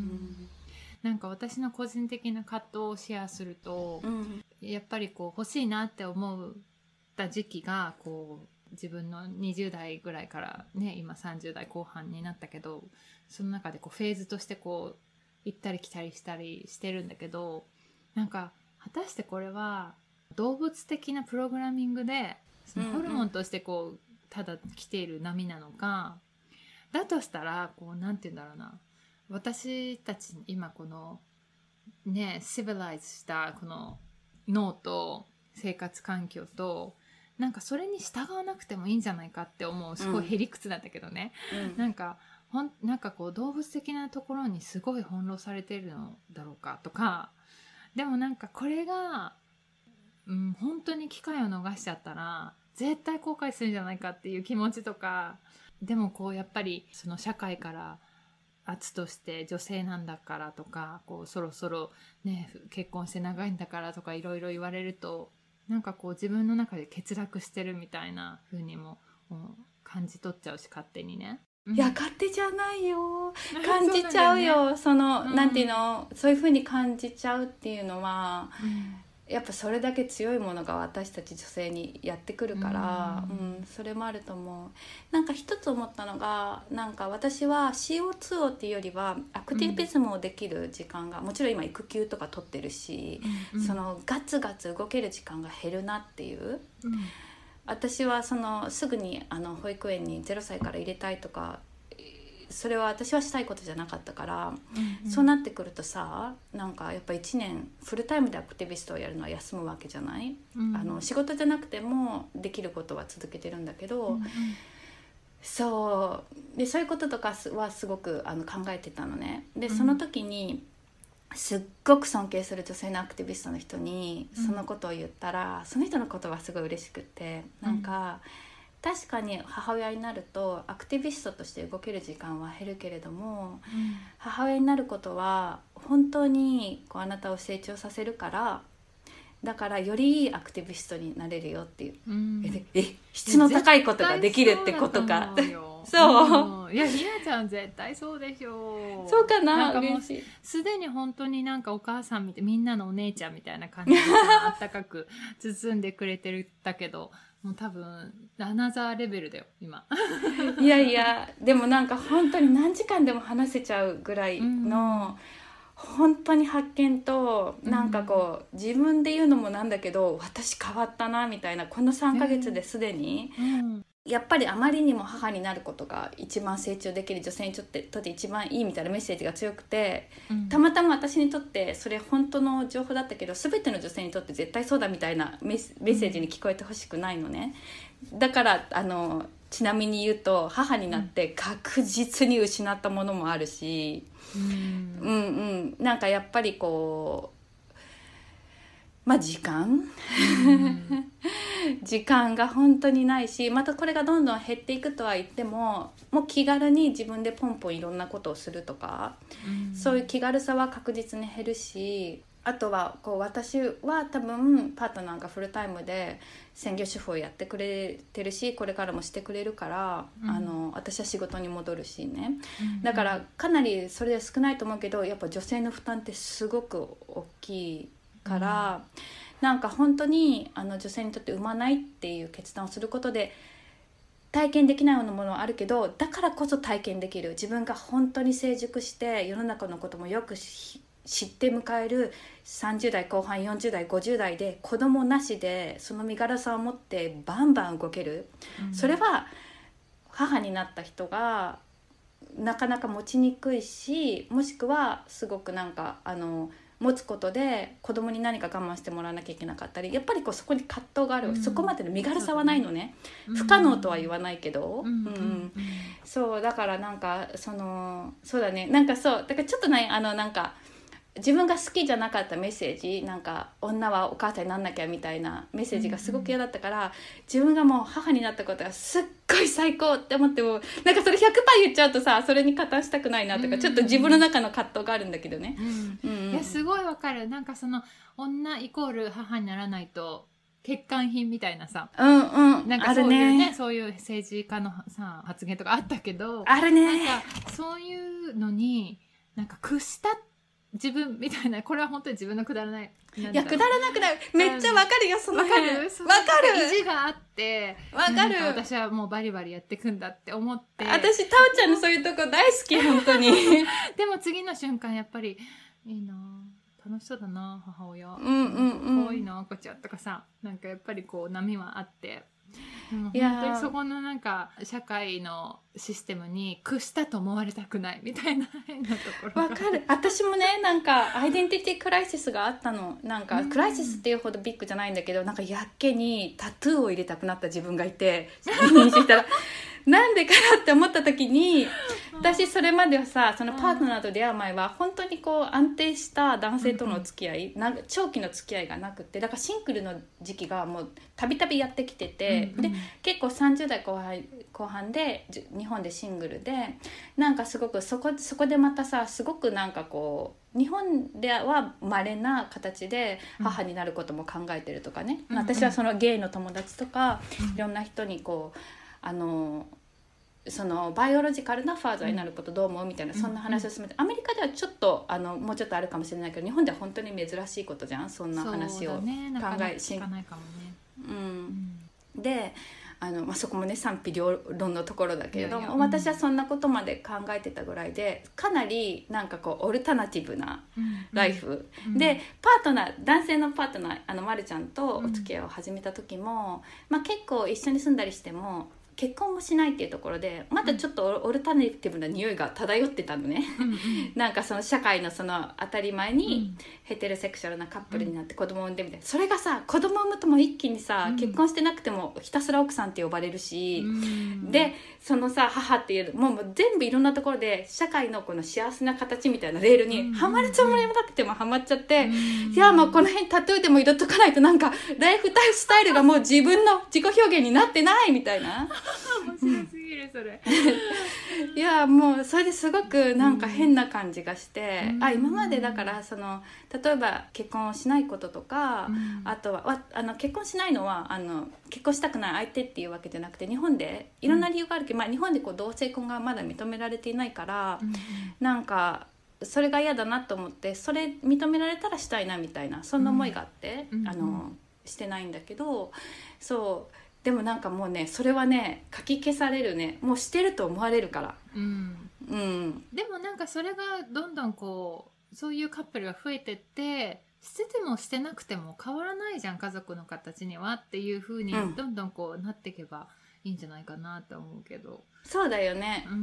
なんか私の個人的な葛藤をシェアすると、うん、やっぱりこう欲しいなって思った時期がこう自分のにじゅう代ぐらいからね、今さんじゅう代後半になったけど、その中でこうフェーズとしてこう行ったり来たりしたりしてるんだけど、なんか果たしてこれは動物的なプログラミングでそのホルモンとしてこう、うんうん、ただ来ている波なのか、だとしたらこうなんて言うんだろうな、私たち今このねシビライズしたこの脳と生活環境となんかそれに従わなくてもいいんじゃないかって思う、すごいへりくつなんだけどね、うん、なんかほんなんかこう動物的なところにすごい翻弄されてるのだろうかとか、でもなんかこれが、うん、本当に機会を逃しちゃったら絶対後悔するんじゃないかっていう気持ちとか、でもこうやっぱりその社会から圧として女性なんだからとか、こうそろそろね結婚して長いんだからとかいろいろ言われると、なんかこう自分の中で欠落してるみたいな風にも感じ取っちゃうし、勝手にね、 うん、いや勝手じゃないよ、感じちゃうよ、その、うん、なんていうの、そういう風に感じちゃうっていうのは、うん、やっぱそれだけ強いものが私たち女性にやってくるから、うんうん、それもあると思う。なんか一つ思ったのが、なんか私は シーオーツー をっていうよりはアクティビズムをできる時間が、うん、もちろん今育休とか取ってるし、うんうん、そのガツガツ動ける時間が減るなっていう、うん、私はそのすぐにあの保育園にゼロさいから入れたいとか、それは私はしたいことじゃなかったから、うんうん、そうなってくるとさ、なんかやっぱいちねんフルタイムでアクティビストをやるのは休むわけじゃない、うん、あの仕事じゃなくてもできることは続けてるんだけど、うんうん、そうでそういうこととかはすごくあの考えてたのね。でその時にすっごく尊敬する女性のアクティビストの人にそのことを言ったら、うん、その人のことはすごい嬉しくて、なんか、うん、確かに母親になるとアクティビストとして動ける時間は減るけれども、うん、母親になることは本当にこうあなたを成長させるから、だからよりいいアクティビストになれるよっていう、うん、ええ質の高いことができるってことかそう、 うん、いやひなちゃん絶対そうでしょう。 そうかな、 なんかもうすでに本当になんかお母さんみたい、みんなのお姉ちゃんみたいな感じであったかく包んでくれてるだけど、 もう多分アナザーレベルだよ今。 いやいやでもなんか本当に何時間でも話せちゃうぐらいの、うん、本当に発見となんかこう、うん、自分で言うのもなんだけど私変わったなみたいな、このさんかげつですでに、うん、やっぱりあまりにも母になることが一番成長できる女性にとってとって一番いいみたいなメッセージが強くて、うん、たまたま私にとってそれ本当の情報だったけど全ての女性にとって絶対そうだみたいなメッセージに聞こえてほしくないのね。だからあのちなみに言うと母になって確実に失ったものもあるし、うん、うんうんなんかやっぱりこうまあ時間、うん、時間が本当にないし、またこれがどんどん減っていくとは言ってももう気軽に自分でポンポンいろんなことをするとか、うん、そういう気軽さは確実に減るし、あとはこう私は多分パートナーがフルタイムで専業主婦をやってくれてるしこれからもしてくれるから、うん、あの私は仕事に戻るしね、うん、だからかなりそれで少ないと思うけどやっぱ女性の負担ってすごく大きいから、うん、なんか本当にあの女性にとって産まないっていう決断をすることで体験できないようなものはあるけど、だからこそ体験できる自分が本当に成熟して世の中のこともよく知って迎えるさんじゅう代後半よんじゅう代ごじゅう代で子供なしでその身軽さを持ってバンバン動ける、うん、それは母になった人がなかなか持ちにくいし、もしくはすごくなんかあの持つことで子供に何か我慢してもらわなきゃいけなかったり、やっぱりこうそこに葛藤がある、うん、そこまでの身軽さはないのね、うん、不可能とは言わないけど、うんうんうん、そうだからなんかそのそうだねなんかそうだからちょっとねあのなんか自分が好きじゃなかったメッセージなんか女はお母さんになんなきゃみたいなメッセージがすごく嫌だったから、うんうん、自分がもう母になったことがすっごい最高って思ってもなんかそれ ひゃくパーセント 言っちゃうとさそれに加担したくないなとか、うんうん、ちょっと自分の中の葛藤があるんだけどね、 うんうん、いやすごいわかる。なんかその女イコール母にならないと欠陥品みたいなさ、 うんうん、 なんかそういうね、ねそういう政治家のさ発言とかあったけどあるね、 なんかそういうのになんか屈した自分みたいな、これは本当に自分のくだらないいやくだらなくないめっちゃわかるよその辺わかる意地があってわかる私はもうバリバリやってくんだって思って、 私タオちゃんのそういうとこ大好き本当にでも次の瞬間やっぱりいいな楽しそうだな母親、 うんうんうん、 可愛いな赤ちゃんとかさ、なんかやっぱりこう波はあって、でも本当にそこのなんか社会のシステムに屈したと思われたくないみたいな変なところがわかる。私もねなんかアイデンティティクライシスがあったの。なんかクライシスっていうほどビッグじゃないんだけど、なんかやっけにタトゥーを入れたくなった自分がいて認識したらなんでかなって思った時に私それまではさそのパートナーと出会う前は本当にこう安定した男性との付き合い、なんか長期の付き合いがなくて、だからシングルの時期がもうたびたびやってきてて、うんうん、で結構さんじゅう代後半、後半で日本でシングルでなんかすごくそこ、そこでまたさすごくなんかこう日本では稀な形で母になることも考えてるとかね、うん、私はそのゲイの友達とか、うん、いろんな人にこうあのそのバイオロジカルなファーザーになることどう思うみたいな、そんな話を進めて、アメリカではちょっとあのもうちょっとあるかもしれないけど日本では本当に珍しいことじゃん、そんな話を考え、 なかなか聞かないかもね、 うんうん、であの、まあ、そこもね賛否両論のところだけれども、いやいや、うん、私はそんなことまで考えてたぐらいでかなりなんかこうオルタナティブなライフ、うんうん、でパートナー男性のパートナーあのまるちゃんとお付き合いを始めた時も、うんまあ、結構一緒に住んだりしても結婚もしないっていうところでまだちょっとオルタネティブな匂いが漂ってたのね、うんうん、なんかその社会のその当たり前にヘテロセクシャルなカップルになって子供を産んでみたいな、それがさ子供を産むとも一気にさ、うん、結婚してなくてもひたすら奥さんって呼ばれるし、うん、でそのさ母っていうもう全部いろんなところで社会のこの幸せな形みたいなレールにはまるつもりもなくてもはまっちゃって、うん、いやもうこの辺タトゥーでも入れとかないとなんかライフスタイルがもう自分の自己表現になってないみたいな面白すぎるそれいやもうそれですごくなんか変な感じがして、うん、あ今までだからその例えば結婚をしないこととか、うん、あとはあの結婚しないのはあの結婚したくない相手っていうわけじゃなくて日本でいろんな理由があるけど、うんまあ、日本でこう同性婚がまだ認められていないから、うん、なんかそれが嫌だなと思ってそれ認められたらしたいなみたいなそんな思いがあって、うん、あのしてないんだけどそうでもなんかもうねそれはねかき消されるね、もうしてると思われるから、 うんうん、 でもなんかそれがどんどんこうそういうカップルが増えてってしててもしてなくても変わらないじゃん家族の形にはっていう風にどんどんこうなっていけばいいんじゃないかなと思うけど、 そうだよね、 うん、 うん、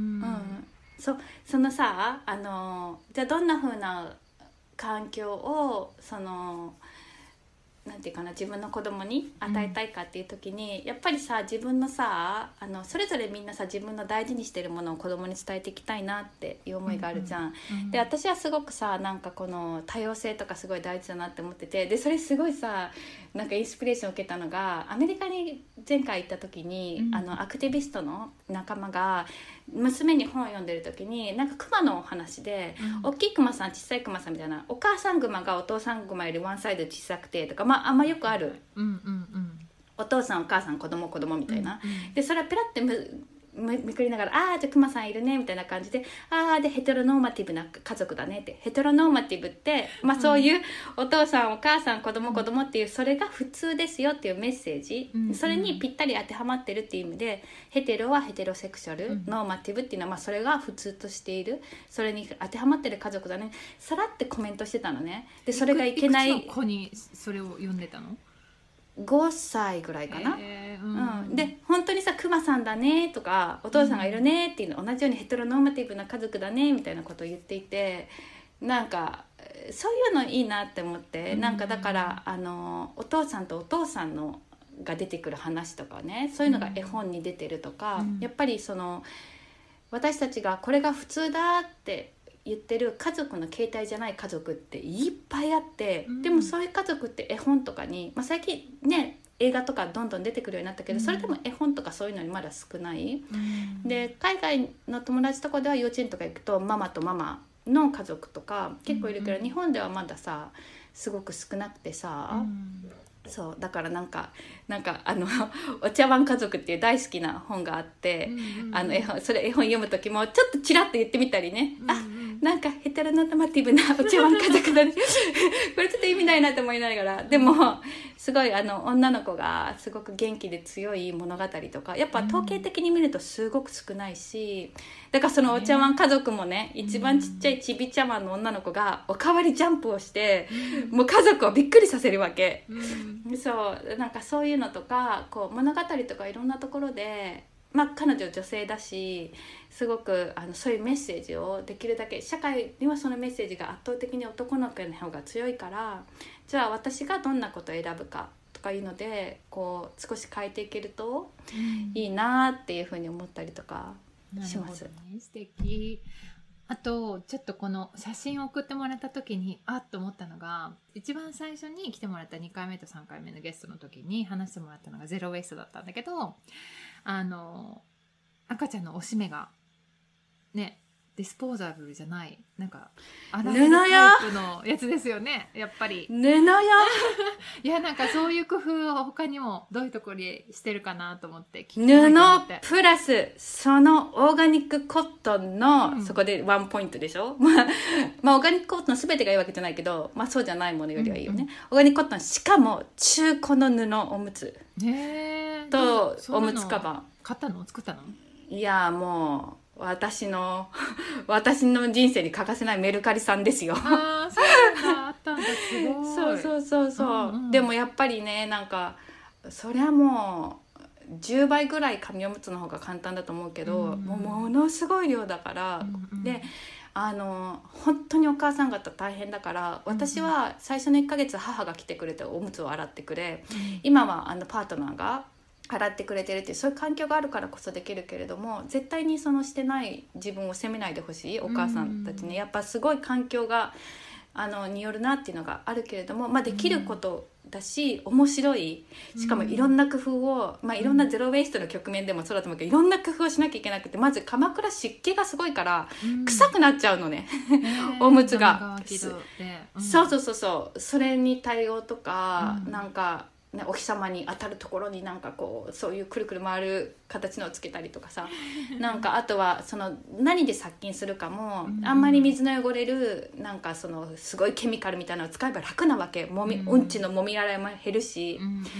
そ, そのさあのじゃあどんな風な環境をそのなんていうかな自分の子供に与えたいかっていう時に、うん、やっぱりさ自分のさあのそれぞれみんなさ自分の大事にしてるものを子供に伝えていきたいなっていう思いがあるじゃん、うんうん、で私はすごくさなんかこの多様性とかすごい大事だなって思ってて、でそれすごいさなんかインスピレーションを受けたのがアメリカに前回行った時に、うん、あのアクティビストの仲間が娘に本を読んでる時になんかクマのお話で、うん、大きいクマさん小さいクマさんみたいな、お母さんグマがお父さんグマよりワンサイド小さくてとか、まあ、あんまよくある、 うんうんうん、 お父さんお母さん子供子供みたいな、 うんうん、 でそれはペラってむめくりながらああじゃあクマさんいるねみたいな感じで、ああでヘテロノーマティブな家族だねって、ヘテロノーマティブって、まあ、そういうお父さんお母さん子供子供っていうそれが普通ですよっていうメッセージ、うん、それにぴったり当てはまってるっていう意味で、ヘテロはヘテロセクシャル、うん、ノーマティブっていうのはまあそれが普通としている、それに当てはまってる家族だね、さらってコメントしてたのね。でそれがいけない、 いくつの子にそれを読んでたの？ ごさいぐらいかな、 えーうんうん、で本当にさクマさんだねとかお父さんがいるねっていうの、同じようにヘテロノーマティブな家族だねみたいなことを言っていて、なんかそういうのいいなって思って、うん、なんかだからあのお父さんとお父さんのが出てくる話とかね、そういうのが絵本に出てるとか、うん、やっぱりその私たちがこれが普通だって言ってる家族の形態じゃない家族っていっぱいあって、うん、でもそういう家族って絵本とかに、まあ、最近ね映画とかどんどん出てくるようになったけど、うん、それでも絵本とかそういうのにまだ少ない、うん、で海外の友達とかでは幼稚園とか行くとママとママの家族とか結構いるけど、うん、日本ではまださすごく少なくてさ、うん、そうだからなんかなんかあのお茶碗家族っていう大好きな本があって、うんうん、あの絵本それ絵本読む時もちょっとチラッと言ってみたりね、うんうん、あなんかヘテロノーマティブなお茶碗家族だねこれちょっと意味ないなと思いながら、でもすごいあの女の子がすごく元気で強い物語とかやっぱ統計的に見るとすごく少ないし、だからそのお茶碗家族もね、一番ちっちゃいちび茶碗の女の子がおかわりジャンプをしてもう家族をびっくりさせるわけ、うん、そうなんかそういうのとかこう物語とかいろんなところで、まあ、彼女女性だしすごくあのそういうメッセージをできるだけ、社会にはそのメッセージが圧倒的に男の子の方が強いから、じゃあ私がどんなことを選ぶかとかいうのでこう少し変えていけるといいなっていうふうに思ったりとかします、 なるほどね、素敵。あとちょっとこの写真を送ってもらった時にあっと思ったのが、一番最初に来てもらったにかいめとさんかいめのゲストの時に話してもらったのがゼロウェイストだったんだけど、あの赤ちゃんのおしめがねディスポーザブルじゃない、なんか洗えるタイプのやつですよね、やっぱり布やいやなんかそういう工夫を他にもどういうところにしてるかなと思って布プラスそのオーガニックコットンの、うん、そこでワンポイントでしょまあ、まあオーガニックコットン全てがいいわけじゃないけど、まあそうじゃないものよりはいいよね、うんうん、オーガニックコットンしかも中古の布おむつとおむつカバー買ったの作ったの？ いやもう私の私の人生に欠かせないメルカリさんですよ。 あーそうなんだ、あったんだ、すごい。 そうそうそうそう、うんうん、でもやっぱりねなんかそりゃもうじゅうばいぐらい紙おむつの方が簡単だと思うけど、うんうん、もうものすごい量だから、うんうん、であの本当にお母さん方大変だから、私は最初のいっかげつ母が来てくれておむつを洗ってくれ、うん、今はあのパートナーが洗ってくれてるっていうそういう環境があるからこそできるけれども、絶対にそのしてない自分を責めないでほしいお母さんたちね、やっぱすごい環境があのによるなっていうのがあるけれども、まあ、できることだし面白い、しかもいろんな工夫を、まあ、いろんなゼロウェイストの局面でもそうだと思うけどいろんな工夫をしなきゃいけなくて、まず鎌倉湿気がすごいから臭くなっちゃうのね、うん、おむつが、うん、そうそうそうそうそれに対応とか、うん、なんかね、お日様に当たるところになんかこうそういうくるくる回る形のをつけたりとかさなんかあとはその何で殺菌するかも、うん、あんまり水の汚れるなんかそのすごいケミカルみたいなのを使えば楽なわけ、もみ、うん、うんちのもみ洗いも減るし、うん、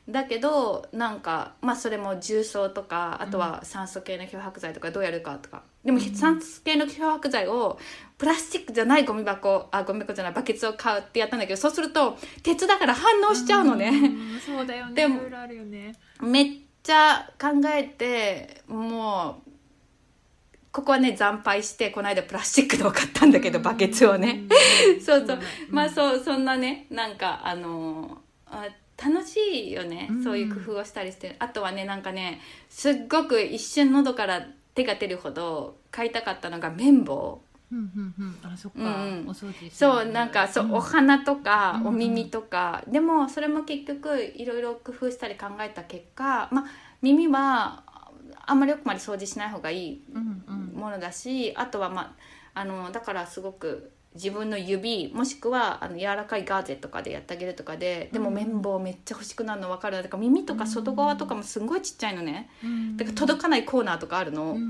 だけどなんか、まあ、それも重曹とかあとは酸素系の漂白剤とかどうやるかとか、でも酸素系の漂白剤をプラスチックじゃないゴミ箱あゴミ箱じゃないバケツを買うってやったんだけど、そうすると鉄だから反応しちゃうのね。 うんそうだよね。 でもいろいろあるよね。めっちゃ考えてもうここはね惨敗して、この間プラスチックのを買ったんだけど、バケツをねそうそう、まあそうそんなねなんかあのあ楽しいよね、そういう工夫をしたりして。あとはねなんかねすっごく一瞬喉から手が出るほど買いたかったのが綿棒。 うんうんうん、あそっか、うん、お掃除してる。 そうなんかそう、うん、お花とかお耳とか、うんうん、でもそれも結局いろいろ工夫したり考えた結果、まあ耳はあんまり奥まで掃除しない方がいいものだし、うんうん、あとはまああのだからすごく自分の指もしくはあの柔らかいガーゼとかでやってあげるとかで、でも綿棒めっちゃ欲しくなるの分かる。だから耳とか外側とかもすごいちっちゃいのね、うん、だから届かないコーナーとかあるの、うんうんうん、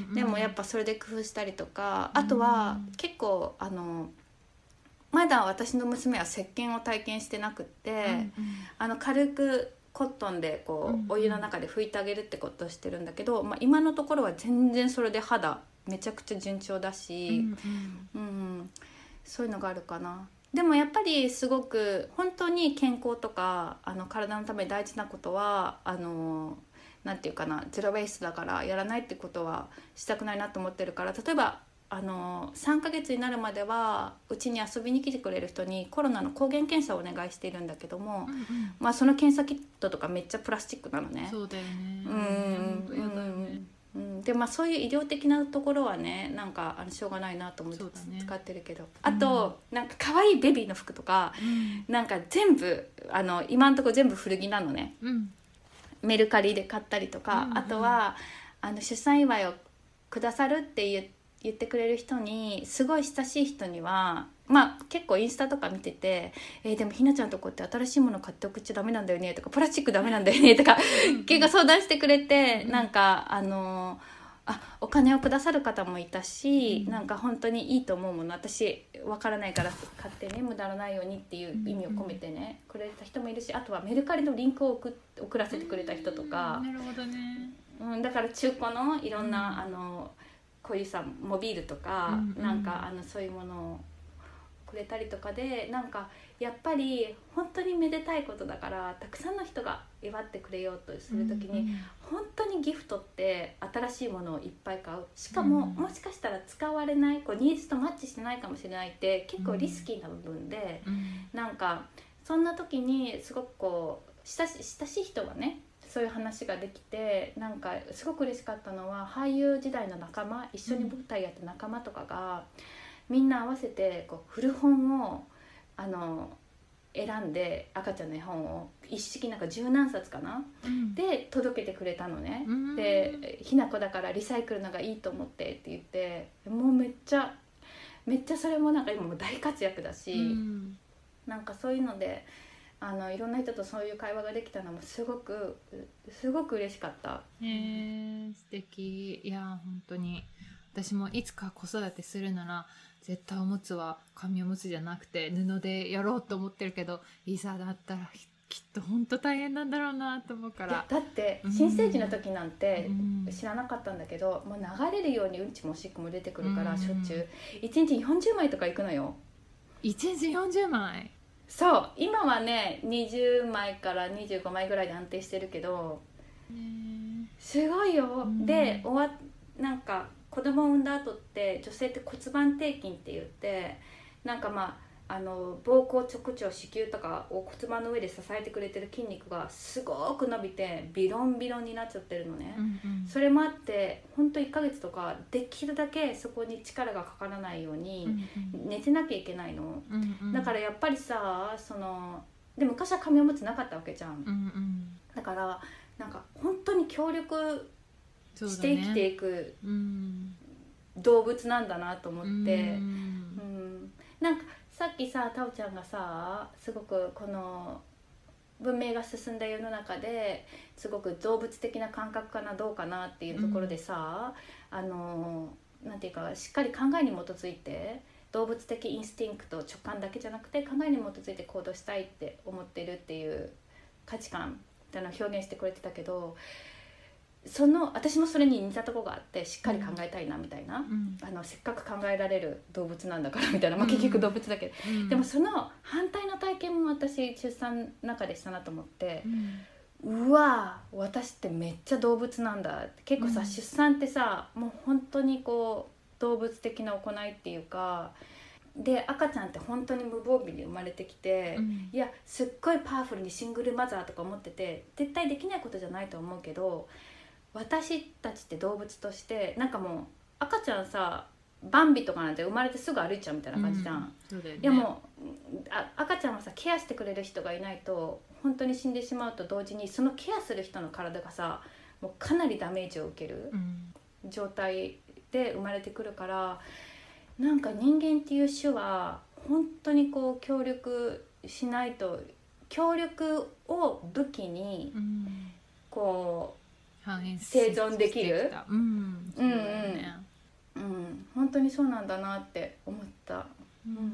でもやっぱそれで工夫したりとか、あとは結構あのまだ私の娘は石鹸を体験してなくって、うんうん、あの軽くコットンでこうお湯の中で拭いてあげるってことをしてるんだけど、まあ、今のところは全然それで肌めちゃくちゃ順調だし、うんうんうん、そういうのがあるかな。でもやっぱりすごく本当に健康とかあの体のために大事なことはあのなんていうかな、ゼロウェイストだからやらないってことはしたくないなと思ってるから、例えばあのさんかげつになるまではうちに遊びに来てくれる人にコロナの抗原検査をお願いしているんだけども、うんうん、まあ、その検査キットとかめっちゃプラスチックなのね。 そうだよね。 うんうんうんうん、でまあそういう医療的なところはねなんかあのしょうがないなと思って使ってるけど、ね、あと、うん、なんか可愛いベビーの服とか、うん、なんか全部あの今のところ全部古着なのね、うん、メルカリで買ったりとか、うんうん、あとはあの出産祝いをくださるって言って言ってくれる人に、すごい親しい人にはまあ結構インスタとか見てて、えー、でもひなちゃんとこって新しいもの買っておくっちゃダメなんだよねとか、プラスチックダメなんだよねとか結構相談してくれて、うん、なんかあのあお金をくださる方もいたし、うん、なんか本当にいいと思うもの、私わからないから買ってね無駄のないようにっていう意味を込めてね、うん、くれた人もいるし、あとはメルカリのリンクを 送, 送らせてくれた人とか、 うん、なるほどね、 うん、だから中古のいろんな、うん、あのこういうさモビールとか、うんうん、なんかあのそういうものをくれたりとかで、なんかやっぱり本当にめでたいことだからたくさんの人が祝ってくれようとするときに、うんうん、本当にギフトって新しいものをいっぱい買う、しかも、うん、もしかしたら使われないこうニーズとマッチしてないかもしれないって結構リスキーな部分で、うん、なんかそんな時にすごくこう親し、親しい人がねそういう話ができて、なんかすごく嬉しかったのは俳優時代の仲間、一緒に舞台やった仲間とかが、うん、みんな合わせてこう古本をあの選んで赤ちゃんの絵本を一式なんか十何冊かな、うん、で届けてくれたのね、うん、でひな子だからリサイクルのがいいと思ってって言って、もうめっちゃめっちゃそれもなんか今も大活躍だし、うん、なんかそういうのであのいろんな人とそういう会話ができたのもすごくすごく嬉しかった。 へー素敵。いや本当に私もいつか子育てするなら絶対おむつは紙おむつじゃなくて布でやろうと思ってるけど、いざだったらきっと本当大変なんだろうなと思うから。 だって新生児の時なんて知らなかったんだけど、うん、もう流れるようにうんちもおしっこも出てくるから、うん、しょっちゅういちにちよんじゅうまいとかいくのよ。 いちにちよんじゅうまい。 そう今はねにじゅうまいからにじゅうごまいぐらいで安定してるけど、すごいよ、うん、で終わなんか子供を産んだ後って女性って骨盤底筋って言って、なんかまああの膀胱直腸子宮とかを骨盤の上で支えてくれてる筋肉がすごく伸びてビロンビロンになっちゃってるのね、うんうん、それもあって本当いっかげつとかできるだけそこに力がかからないように寝てなきゃいけないの、うんうん、だからやっぱりさそので昔は紙おむつなかったわけじゃん、うんうん、だからなんか本当に協力して生きていく動物なんだなと思って、うんうん、なんかさっきさタオちゃんがさすごくこの文明が進んだ世の中ですごく動物的な感覚かなどうかなっていうところでさ、うん、あのなんていうかしっかり考えに基づいて動物的インスティンクト直感だけじゃなくて考えに基づいて行動したいって思ってるっていう価値観っていうのを表現してくれてたけど、その私もそれに似たところがあって、しっかり考えたいなみたいな、うん、あのせっかく考えられる動物なんだからみたいな、まあ、結局動物だけど、うん、でもその反対の体験も私出産の中でしたなと思って、うん、うわ私ってめっちゃ動物なんだって。結構さ、うん、出産ってさもう本当にこう動物的な行いっていうかで、赤ちゃんって本当に無防備に生まれてきて、うん、いやすっごいパワフルにシングルマザーとか思ってて絶対できないことじゃないと思うけど、私たちって動物としてなんかもう赤ちゃんさバンビとかなんて生まれてすぐ歩いちゃうみたいな感じじゃん、うん、そうだよね。いやもうあ赤ちゃんはさケアしてくれる人がいないと本当に死んでしまうと同時に、そのケアする人の体がさもうかなりダメージを受ける状態で生まれてくるから、なんか人間っていう種は本当にこう協力しないと、協力を武器にこう生存できる、うん、うんうんうん、本当にそうなんだなって思った。 うん、うん、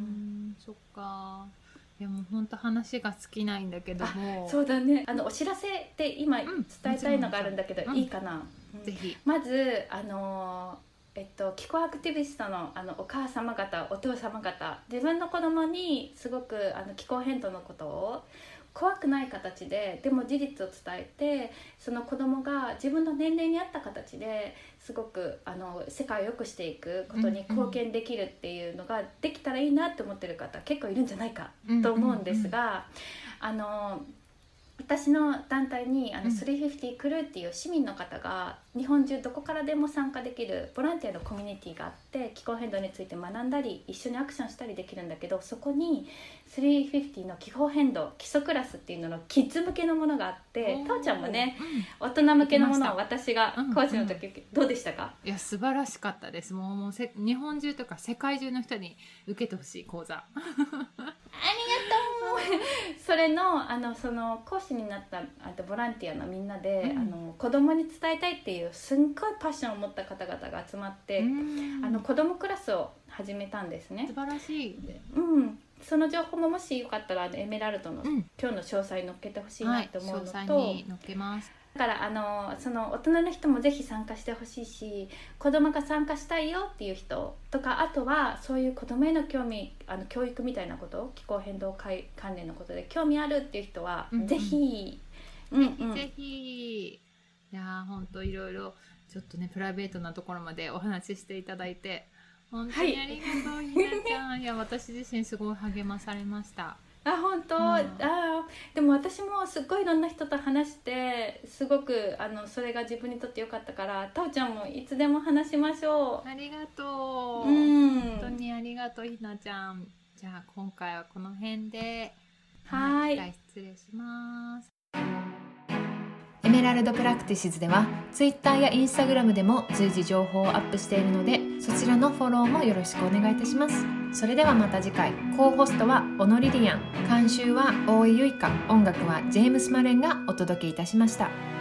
そっか。いやもう本当話が尽きないんだけども、 そうだね。あのお知らせで今伝えたいのがあるんだけど、うん、いいかな、 うん、ぜひ。 まずあのえっと気候アクティビストのあのお母様方お父様方、自分の子供にすごくあの気候変動のことを怖くない形ででも事実を伝えて、その子供が自分の年齢に合った形ですごくあの世界を良くしていくことに貢献できるっていうのができたらいいなって思ってる方結構いるんじゃないかと思うんですが、あの私の団体にあのスリーフィフティクルーっていう市民の方が日本中どこからでも参加できるボランティアのコミュニティがあって、気候変動について学んだり一緒にアクションしたりできるんだけど、そこにスリーフィフティの気候変動基礎クラスっていうののキッズ向けのものがあって、たおちゃんもね、うん、大人向けのものを私が講師の時、うんうん、どうでしたか？ いや素晴らしかったです。もう、もうせ日本中とか世界中の人に受けてほしい講座。 ありがとう。それのあのその講師になったあとボランティアのみんなで、うん、あの子供に伝えたいっていうすんごいパッションを持った方々が集まって、あの子供クラスを始めたんですね。 素晴らしい。 うん、その情報ももしよかったらあのエメラルドの、うん、今日の詳細載っけてほしいなと思うのと、 はい、詳細に載っけます。 だからあのその大人の人もぜひ参加してほしいし、子供が参加したいよっていう人とか、あとはそういう子供への興味、あの教育みたいなこと、気候変動関連のことで興味あるっていう人は、うんうん、ぜひ、 うんうん、ぜひ。いや本当いろいろちょっとねプライベートなところまでお話ししていただいて本当にありがとう、はい、ひなちゃん。いや私自身すごい励まされました。 あ本当、うん、あでも私もすっごいいろんな人と話してすごくあのそれが自分にとってよかったから、たおちゃんもいつでも話しましょう。 ありがとう、うん、本当にありがとうひなちゃん。じゃあ今回はこの辺ではい、 はい、失礼します。エメラルドプラクティシズでは Twitter や Instagram でも随時情報をアップしているので、そちらのフォローもよろしくお願いいたします。それではまた次回。コーホストはオノリリアン、監修は大井ゆいか、音楽はジェームス・マレンがお届けいたしました。